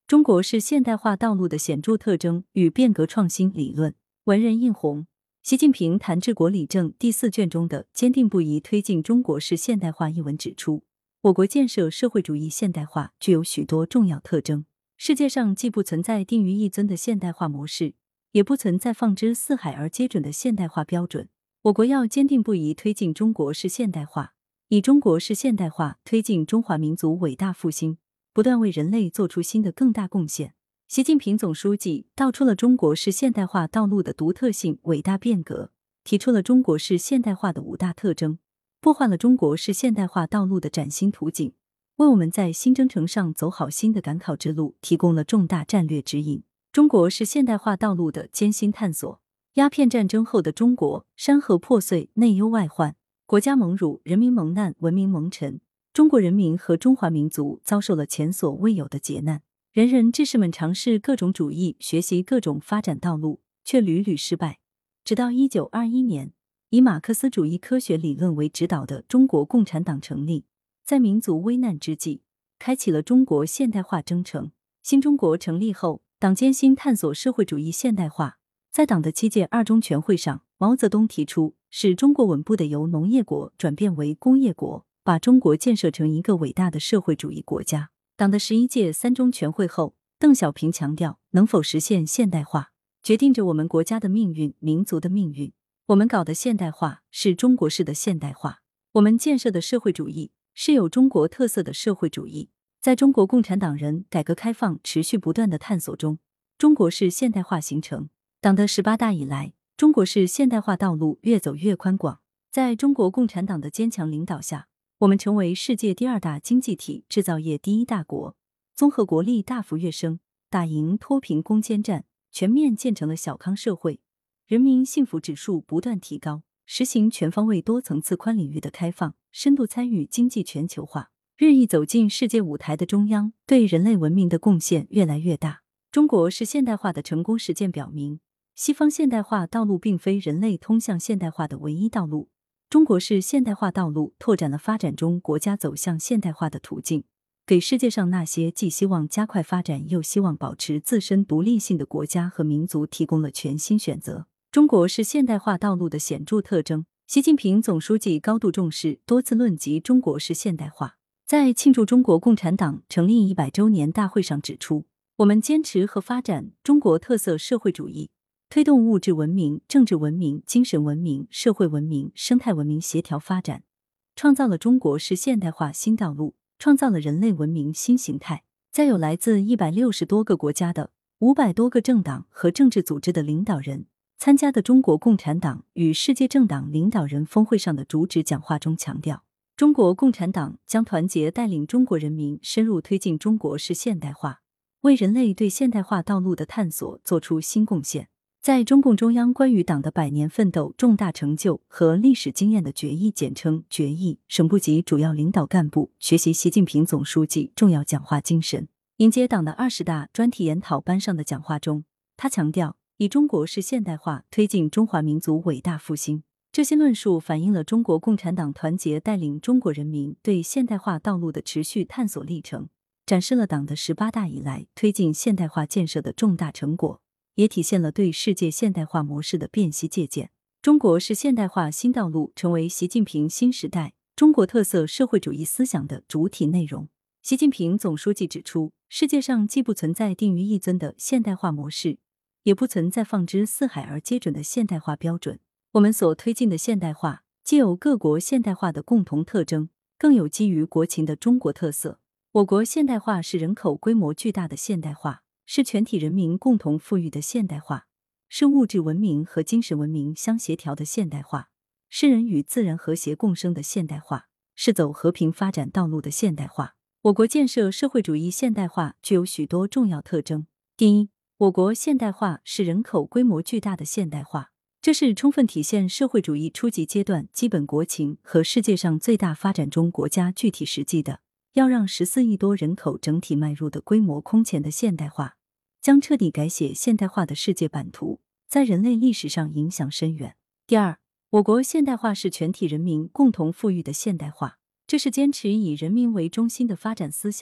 中国式现代化道路的显著特征与变革创新理论。文人印红。习近平谈治国理政第4卷中的坚定不移推进中国式现代化一文指出，我国建设社会主义现代化具有许多重要特征。世界上既不存在定于一尊的现代化模式，也不存在放之四海而皆准的现代化标准。我国要坚定不移推进中国式现代化，以中国式现代化推进中华民族伟大复兴，不断为人类做出新的更大贡献。习近平总书记道出了中国式现代化道路的独特性伟大变革，提出了中国式现代化的5大特征，擘画了中国式现代化道路的崭新图景，为我们在新征程上走好新的赶考之路提供了重大战略指引。中国式现代化道路的艰辛探索。鸦片战争后的中国，山河破碎，内忧外患，国家蒙辱，人民蒙难，文明蒙尘，中国人民和中华民族遭受了前所未有的劫难。人人志士们尝试各种主义，学习各种发展道路，却屡屡失败。直到1921年，以马克思主义科学理论为指导的中国共产党成立，在民族危难之际，开启了中国现代化征程。新中国成立后，党艰辛探索社会主义现代化。在党的7届2中全会上，毛泽东提出使中国稳步的由农业国转变为工业国，把中国建设成一个伟大的社会主义国家。党的11届3中全会后，邓小平强调，能否实现现代化，决定着我们国家的命运，民族的命运。我们搞的现代化是中国式的现代化，我们建设的社会主义是有中国特色的社会主义。在中国共产党人改革开放持续不断的探索中，中国式现代化形成。党的18大以来，中国式现代化道路越走越宽广。在中国共产党的坚强领导下，我们成为世界第2大经济体，制造业第1大国，综合国力大幅跃升，打赢脱贫攻坚战，全面建成了小康社会，人民幸福指数不断提高，实行全方位多层次宽领域的开放，深度参与经济全球化，日益走进世界舞台的中央，对人类文明的贡献越来越大。中国式现代化的成功实践表明，西方现代化道路并非人类通向现代化的唯一道路，中国式现代化道路拓展了发展中国家走向现代化的途径，给世界上那些既希望加快发展又希望保持自身独立性的国家和民族提供了全新选择。中国式现代化道路的显著特征。习近平总书记高度重视，多次论及中国式现代化。在庆祝中国共产党成立100周年大会上指出，我们坚持和发展中国特色社会主义，推动物质文明、政治文明、精神文明、社会文明、生态文明协调发展，创造了中国式现代化新道路，创造了人类文明新形态。在有来自160多个国家的500多个政党和政治组织的领导人参加的中国共产党与世界政党领导人峰会上的主旨讲话中强调，中国共产党将团结带领中国人民深入推进中国式现代化，为人类对现代化道路的探索做出新贡献。在中共中央关于党的100年奋斗重大成就和历史经验的决议（简称决议），省部级主要领导干部学习习近平总书记重要讲话精神。迎接党的20大专题研讨班上的讲话中，他强调，以中国式现代化推进中华民族伟大复兴。这些论述反映了中国共产党团结带领中国人民对现代化道路的持续探索历程，展示了党的18大以来推进现代化建设的重大成果，也体现了对世界现代化模式的辨析借鉴。中国式现代化新道路成为习近平新时代中国特色社会主义思想的主体内容。习近平总书记指出，世界上既不存在定于一尊的现代化模式，也不存在放之四海而皆准的现代化标准。我们所推进的现代化，既有各国现代化的共同特征，更有基于国情的中国特色。我国现代化是人口规模巨大的现代化，是全体人民共同富裕的现代化，是物质文明和精神文明相协调的现代化，是人与自然和谐共生的现代化，是走和平发展道路的现代化。我国建设社会主义现代化具有许多重要特征。第一，我国现代化是人口规模巨大的现代化，这是充分体现社会主义初级阶段基本国情和世界上最大发展中国家具体实际的，要让14亿多人口整体迈入的规模空前的现代化，将彻底改写现代化的世界版图，在人类历史上影响深远。第二，我国现代化是全体人民共同富裕的现代化，这是坚持以人民为中心的发展思想，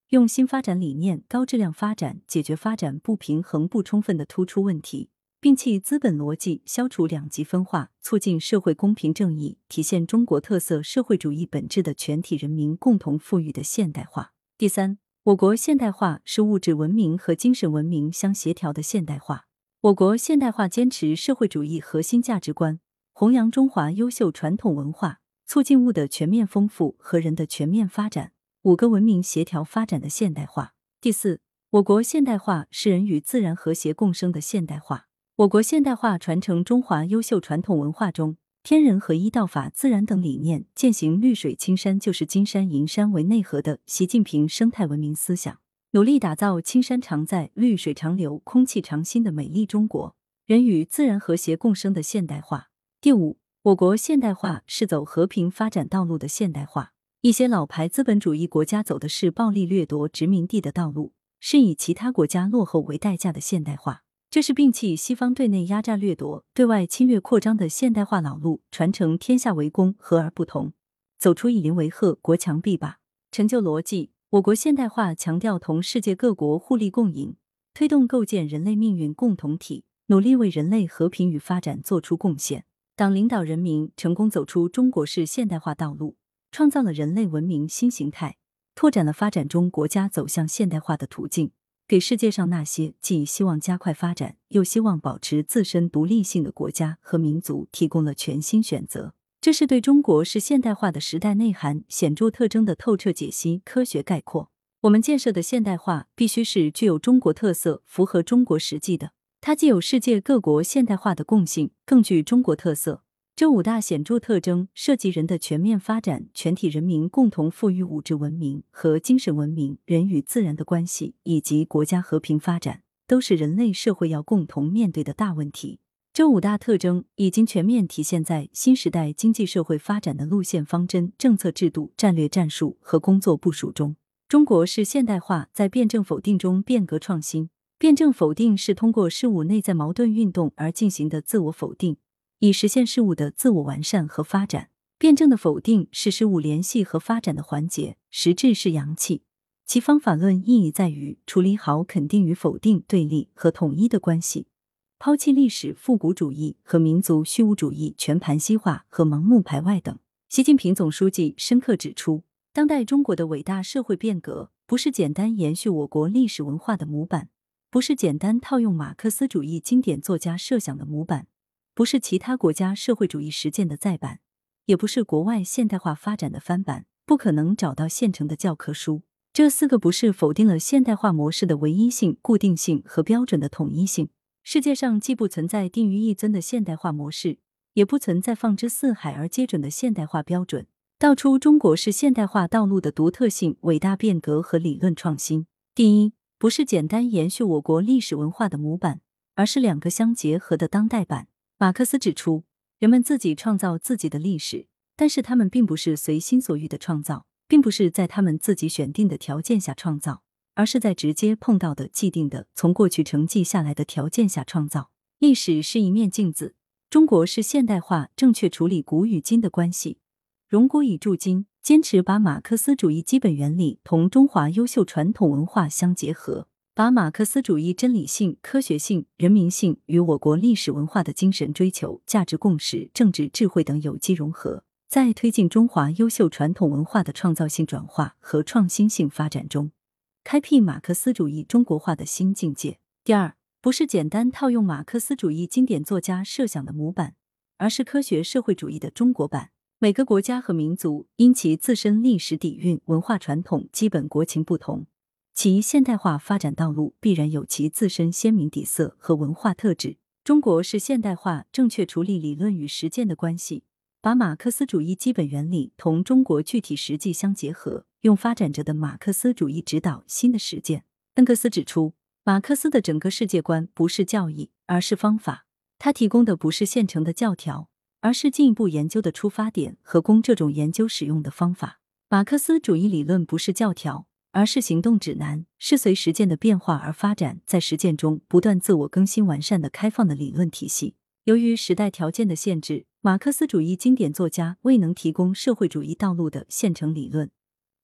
用新发展理念高质量发展解决发展不平衡不充分的突出问题，摒弃资本逻辑，消除两极分化，促进社会公平正义，体现中国特色社会主义本质的全体人民共同富裕的现代化。第三，我国现代化是物质文明和精神文明相协调的现代化。我国现代化坚持社会主义核心价值观，弘扬中华优秀传统文化，促进物的全面丰富和人的全面发展，五个文明协调发展的现代化。第四，我国现代化是人与自然和谐共生的现代化。我国现代化传承中华优秀传统文化中天人合一、道法自然等理念，践行绿水青山就是金山银山为内核的习近平生态文明思想，努力打造青山常在、绿水长流、空气常新的美丽中国，人与自然和谐共生的现代化。第五，我国现代化是走和平发展道路的现代化。一些老牌资本主义国家走的是暴力掠夺殖民地的道路，是以其他国家落后为代价的现代化。这是摒弃西方对内压榨掠夺、对外侵略扩张的现代化老路，传承天下为公、和而不同，走出以邻为壑、国强必霸。成就逻辑，我国现代化强调同世界各国互利共赢，推动构建人类命运共同体，努力为人类和平与发展做出贡献。党领导人民成功走出中国式现代化道路，创造了人类文明新形态，拓展了发展中国家走向现代化的途径，给世界上那些既希望加快发展又希望保持自身独立性的国家和民族提供了全新选择。这是对中国式现代化的时代内涵、显著特征的透彻解析、科学概括。我们建设的现代化必须是具有中国特色、符合中国实际的，它既有世界各国现代化的共性，更具中国特色。这五大显著特征涉及人的全面发展、全体人民共同富裕物质文明和精神文明、人与自然的关系，以及国家和平发展，都是人类社会要共同面对的大问题。这五大特征已经全面体现在新时代经济社会发展的路线方针、政策制度、战略战术和工作部署中。中国式现代化在辩证否定中变革创新。辩证否定是通过事物内在矛盾运动而进行的自我否定，以实现事物的自我完善和发展。辩证的否定是事物联系和发展的环节，实质是阳气。其方法论意义在于处理好肯定与否定、对立和统一的关系，抛弃历史复古主义和民族虚无主义全盘西化和盲目排外等。习近平总书记深刻指出，当代中国的伟大社会变革不是简单延续我国历史文化的模板，不是简单套用马克思主义经典作家设想的模板，不是其他国家社会主义实践的再版，也不是国外现代化发展的翻版，不可能找到现成的教科书。这四个不是否定了现代化模式的唯一性、固定性和标准的统一性。世界上既不存在定于一尊的现代化模式，也不存在放之四海而皆准的现代化标准，道出中国式现代化道路的独特性、伟大变革和理论创新。第一，不是简单延续我国历史文化的模板，而是两个相结合的当代版。马克思指出，人们自己创造自己的历史，但是他们并不是随心所欲的创造，并不是在他们自己选定的条件下创造，而是在直接碰到的既定的从过去承继下来的条件下创造。历史是一面镜子，中国式现代化正确处理古与今的关系，容古以铸今，坚持把马克思主义基本原理同中华优秀传统文化相结合，把马克思主义真理性、科学性、人民性与我国历史文化的精神追求、价值共识、政治智慧等有机融合，在推进中华优秀传统文化的创造性转化和创新性发展中，开辟马克思主义中国化的新境界。第二，不是简单套用马克思主义经典作家设想的模板，而是科学社会主义的中国版。每个国家和民族因其自身历史底蕴、文化传统、基本国情不同，其现代化发展道路必然有其自身鲜明底色和文化特质。中国式现代化正确处理理论与实践的关系，把马克思主义基本原理同中国具体实际相结合，用发展着的马克思主义指导新的实践。恩格斯指出，马克思的整个世界观不是教义，而是方法。他提供的不是现成的教条，而是进一步研究的出发点和供这种研究使用的方法。马克思主义理论不是教条，而是行动指南，是随实践的变化而发展，在实践中不断自我更新完善的开放的理论体系。由于时代条件的限制，马克思主义经典作家未能提供社会主义道路的现成理论，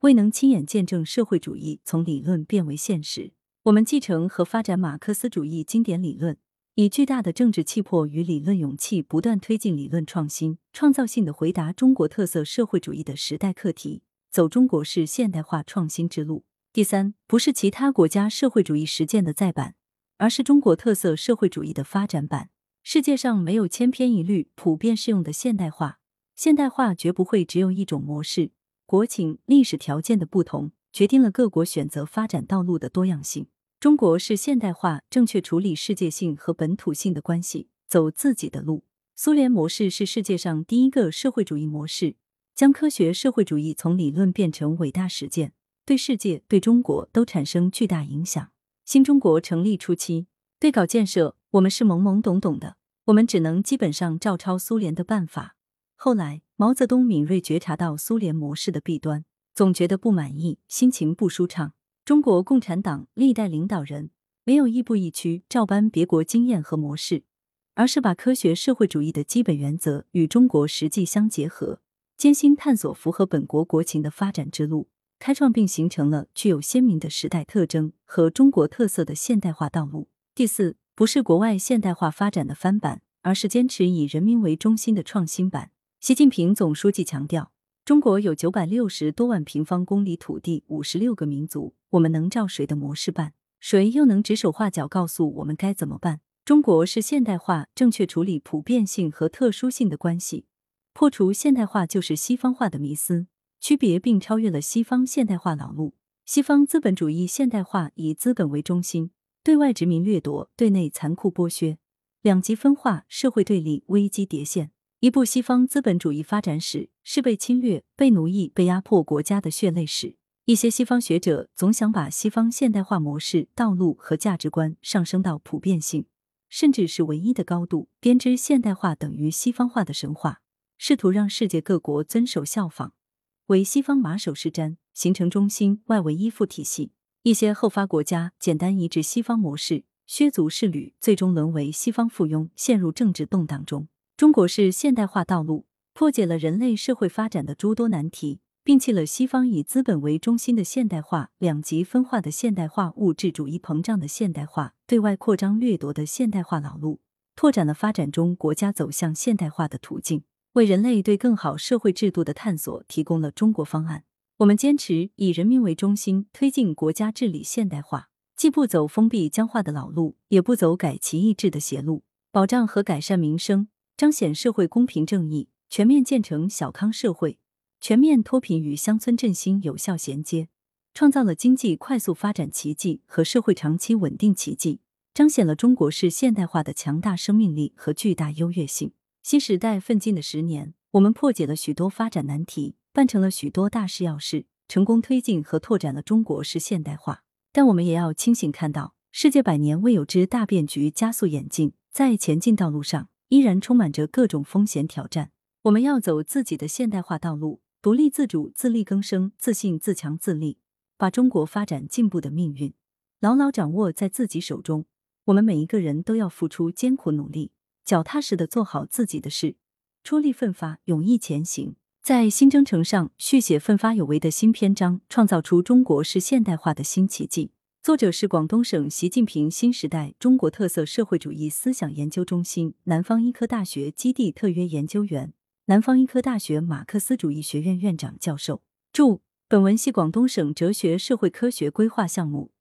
未能亲眼见证社会主义从理论变为现实。我们继承和发展马克思主义经典理论，以巨大的政治气魄与理论勇气，不断推进理论创新，创造性地回答中国特色社会主义的时代课题，走中国式现代化创新之路。第三，不是其他国家社会主义实践的再版，而是中国特色社会主义的发展版。世界上没有千篇一律、普遍适用的现代化，现代化绝不会只有一种模式。国情、历史条件的不同，决定了各国选择发展道路的多样性。中国式现代化正确处理世界性和本土性的关系，走自己的路。苏联模式是世界上第一个社会主义模式，将科学社会主义从理论变成伟大实践，对世界、对中国都产生巨大影响。新中国成立初期，对稿建设我们是懵懵懂懂的，我们只能基本上照抄苏联的办法。后来，毛泽东敏锐觉察到苏联模式的弊端，总觉得不满意，心情不舒畅。中国共产党历代领导人没有亦步亦趋照搬别国经验和模式，而是把科学社会主义的基本原则与中国实际相结合，艰辛探索符合本国国情的发展之路，开创并形成了具有鲜明的时代特征和中国特色的现代化道路。第四，不是国外现代化发展的翻版，而是坚持以人民为中心的创新版。习近平总书记强调，中国有960多万平方公里土地，56个民族，我们能照谁的模式办？谁又能指手画脚告诉我们该怎么办？中国是现代化正确处理普遍性和特殊性的关系，破除现代化就是西方化的迷思，区别并超越了西方现代化老路。西方资本主义现代化以资本为中心，对外殖民掠夺，对内残酷剥削，两极分化，社会对立，危机迭现。一部西方资本主义发展史是被侵略、被奴役、被压迫国家的血泪史。一些西方学者总想把西方现代化模式、道路和价值观上升到普遍性，甚至是唯一的高度，编织现代化等于西方化的神话，试图让世界各国遵守效仿，为西方马首是瞻，形成中心外围依附体系。一些后发国家简单移植西方模式，削足适履，最终沦为西方附庸，陷入政治动荡中。中国式现代化道路破解了人类社会发展的诸多难题，摒弃了西方以资本为中心的现代化、两极分化的现代化、物质主义膨胀的现代化、对外扩张掠夺的现代化老路，拓展了发展中国家走向现代化的途径，为人类对更好社会制度的探索提供了中国方案。我们坚持以人民为中心，推进国家治理现代化，既不走封闭僵化的老路，也不走改旗易帜的邪路，保障和改善民生，彰显社会公平正义，全面建成小康社会，全面脱贫与乡村振兴有效衔接，创造了经济快速发展奇迹和社会长期稳定奇迹，彰显了中国式现代化的强大生命力和巨大优越性。新时代奋进的10年，我们破解了许多发展难题，办成了许多大事要事，成功推进和拓展了中国式现代化。但我们也要清醒看到，世界100年未有之大变局加速演进，在前进道路上依然充满着各种风险挑战。我们要走自己的现代化道路，独立自主、自力更生、自信、自强、自立，把中国发展进步的命运牢牢掌握在自己手中。我们每一个人都要付出艰苦努力，脚踏实地做好自己的事，出力奋发，勇毅前行，在新征程上续写奋发有为的新篇章，创造出中国式现代化的新奇迹。作者是广东省习近平新时代中国特色社会主义思想研究中心南方医科大学基地特约研究员，南方医科大学马克思主义学院院长教授。注：本文系广东省哲学社会科学规划项目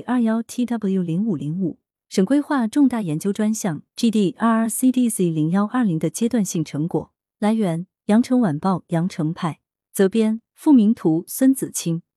GD21TW0505 省规划重大研究专项 GD-RRCDC0120 的阶段性成果。来源：羊城晚报羊城派，责编：付明图，孙子清。